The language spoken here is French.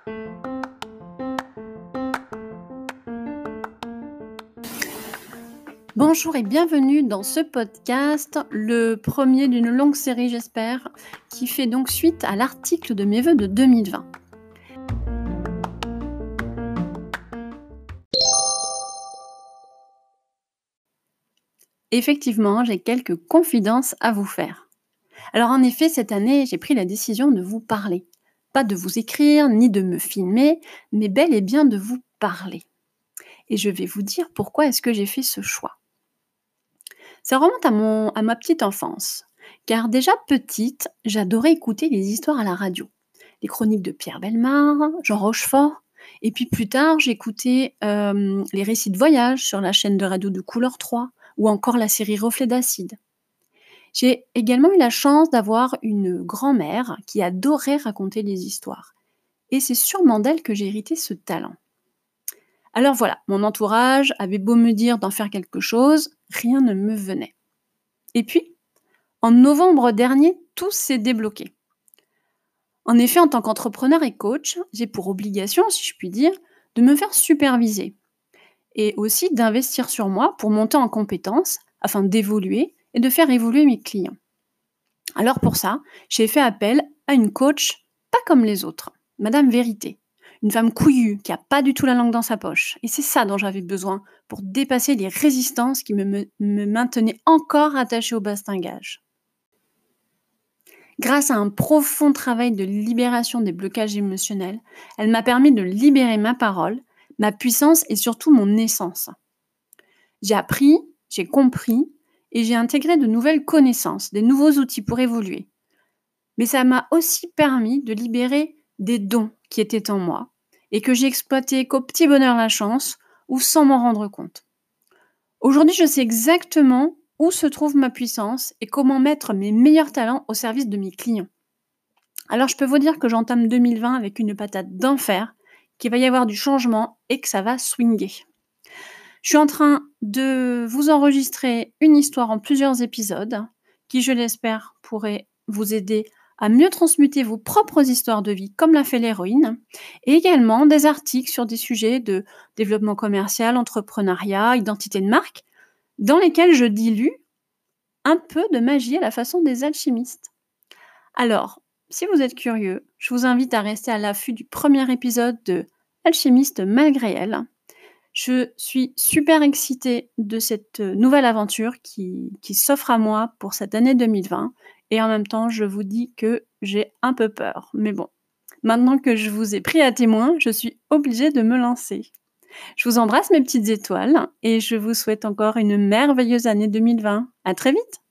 Bonjour et bienvenue dans ce podcast, le premier d'une longue série j'espère, qui fait donc suite à l'article de mes vœux de 2020. Effectivement, j'ai quelques confidences à vous faire. Alors en effet, cette année, j'ai pris la décision de vous parler. Pas de vous écrire, ni de me filmer, mais bel et bien de vous parler. Et je vais vous dire pourquoi est-ce que j'ai fait ce choix. Ça remonte à ma petite enfance, car déjà petite, j'adorais écouter les histoires à la radio. Les chroniques de Pierre Bellemare, Jean Rochefort, et puis plus tard, j'écoutais les récits de voyage sur la chaîne de radio de Couleur 3, ou encore la série Reflets d'acide. J'ai également eu la chance d'avoir une grand-mère qui adorait raconter des histoires. Et c'est sûrement d'elle que j'ai hérité ce talent. Alors voilà, mon entourage avait beau me dire d'en faire quelque chose, rien ne me venait. Et puis, en novembre dernier, tout s'est débloqué. En effet, en tant qu'entrepreneur et coach, j'ai pour obligation, si je puis dire, de me faire superviser et aussi d'investir sur moi pour monter en compétences afin d'évoluer et de faire évoluer mes clients. Alors pour ça, j'ai fait appel à une coach pas comme les autres, Madame Vérité, une femme couillue qui n'a pas du tout la langue dans sa poche. Et c'est ça dont j'avais besoin pour dépasser les résistances qui me maintenaient encore attachée au bastingage. Grâce à un profond travail de libération des blocages émotionnels, elle m'a permis de libérer ma parole, ma puissance et surtout mon essence. J'ai appris, j'ai compris et j'ai intégré de nouvelles connaissances, des nouveaux outils pour évoluer. Mais ça m'a aussi permis de libérer des dons qui étaient en moi et que j'ai exploités qu'au petit bonheur la chance ou sans m'en rendre compte. Aujourd'hui, je sais exactement où se trouve ma puissance et comment mettre mes meilleurs talents au service de mes clients. Alors je peux vous dire que j'entame 2020 avec une patate d'enfer, qu'il va y avoir du changement et que ça va swinger. Je suis en train de vous enregistrer une histoire en plusieurs épisodes qui, je l'espère, pourrait vous aider à mieux transmuter vos propres histoires de vie comme l'a fait l'héroïne, et également des articles sur des sujets de développement commercial, entrepreneuriat, identité de marque, dans lesquels je dilue un peu de magie à la façon des alchimistes. Alors, si vous êtes curieux, je vous invite à rester à l'affût du premier épisode de Alchimiste malgré elle. Je suis super excitée de cette nouvelle aventure qui s'offre à moi pour cette année 2020. Et en même temps, je vous dis que j'ai un peu peur. Mais bon, maintenant que je vous ai pris à témoin, je suis obligée de me lancer. Je vous embrasse mes petites étoiles et je vous souhaite encore une merveilleuse année 2020. À très vite!